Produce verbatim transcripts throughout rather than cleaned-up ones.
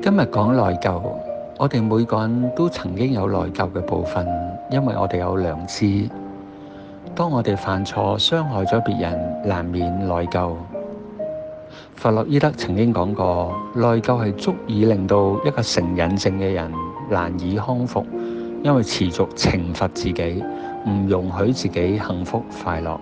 今日講內疚，我哋每個人都曾經有內疚嘅部分，因為我哋有良知。當我哋犯錯傷害咗別人，難免內疚。弗洛伊德曾經講過，內疚係足以令到一個成癮症嘅人難以康復，因為持續懲罰自己，唔容許自己幸福快樂。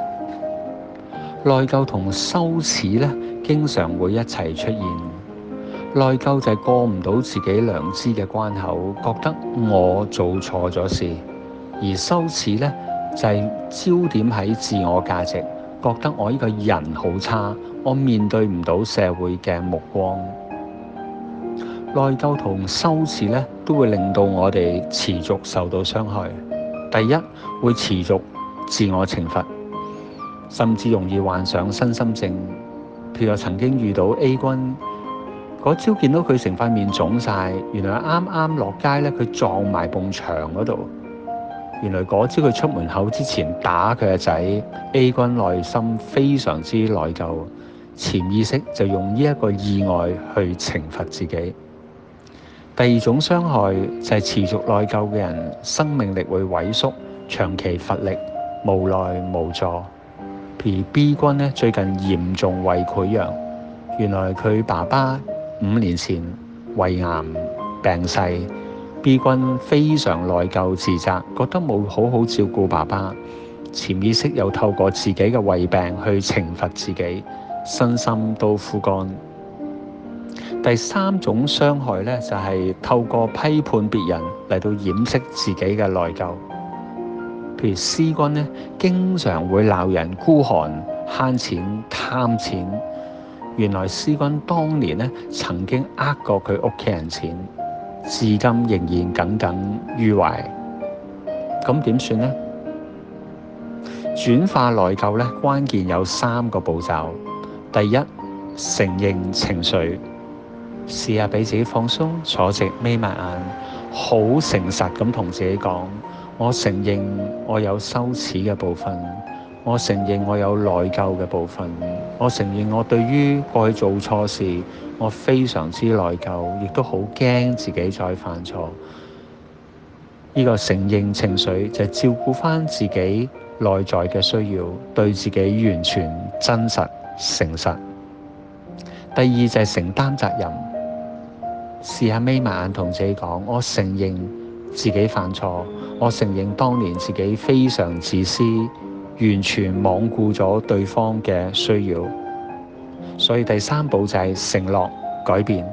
內疚同羞恥咧，經常會一齊出現。內疚就係過唔到自己良知嘅關口，覺得我做錯咗事；而羞恥咧就係焦點喺自我價值，覺得我呢個人好差，我面對唔到社會嘅目光。內疚同羞恥咧都會令到我哋持續受到傷害。第一，會持續自我懲罰，甚至容易患上身心症。譬如我曾經遇到 A 君。嗰朝見到佢成塊面腫晒，原來啱啱落街咧，佢撞埋埲牆嗰度。原來嗰朝佢出門口之前打佢嘅仔 A 君，內心非常之內疚，潛意識就用呢一個意外去懲罰自己。第二種傷害就係持續內疚嘅人，生命力會萎縮，長期乏力，無奈無助。譬如 B 君咧，最近嚴重胃潰瘍，原來佢爸爸五年前胃癌病逝 ，B 君非常內疚自責，覺得冇好好照顧爸爸，潛意識又透過自己嘅胃病去懲罰自己，身心都枯乾。第三種傷害咧，就係透過批判別人嚟到掩飾自己嘅內疚。譬如 C 君咧，經常會鬧人孤寒、慳錢、貪錢。原來 C 君當年咧曾經呃過佢屋企人錢，至今仍然耿耿於懷。咁點算呢？轉化內疚咧，關鍵有三個步驟。第一，承認情緒，試下俾自己放鬆，坐直，眯埋眼，好誠實咁同自己講：我承認我有羞恥嘅部分。我承認我有內疚嘅部分，我承認我對於過去做錯事，我非常之內疚，亦都好驚自己再犯錯。呢個承認情緒就係照顧返自己內在嘅需要，對自己完全真實誠實。第二就係承擔責任，試下眯埋眼同自己講：我承認自己犯錯，我承認當年自己非常自私，完全罔顧咗對方嘅需要。所以第三步就係承諾改變，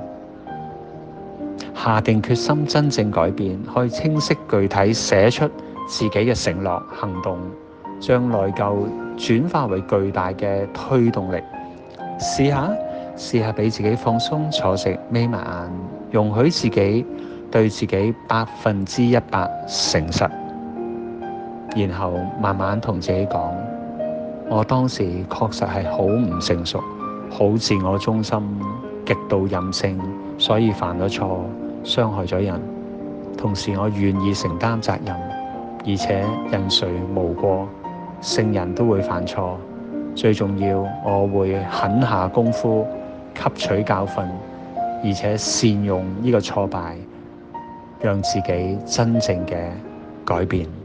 下定決心真正改變，可以清晰具體寫出自己嘅承諾行動，將內疚轉化為巨大嘅推動力。試下試下俾自己放鬆，坐直，眯埋眼，容許自己對自己百分之一百誠實。然後慢慢同自己講：我當時確實係好唔成熟，好自我中心，極度任性，所以犯咗錯，傷害咗人。同時我願意承擔責任，而且人誰無過，聖人都會犯錯。最重要，我會狠下功夫，吸取教訓，而且善用呢個挫敗，讓自己真正嘅改變。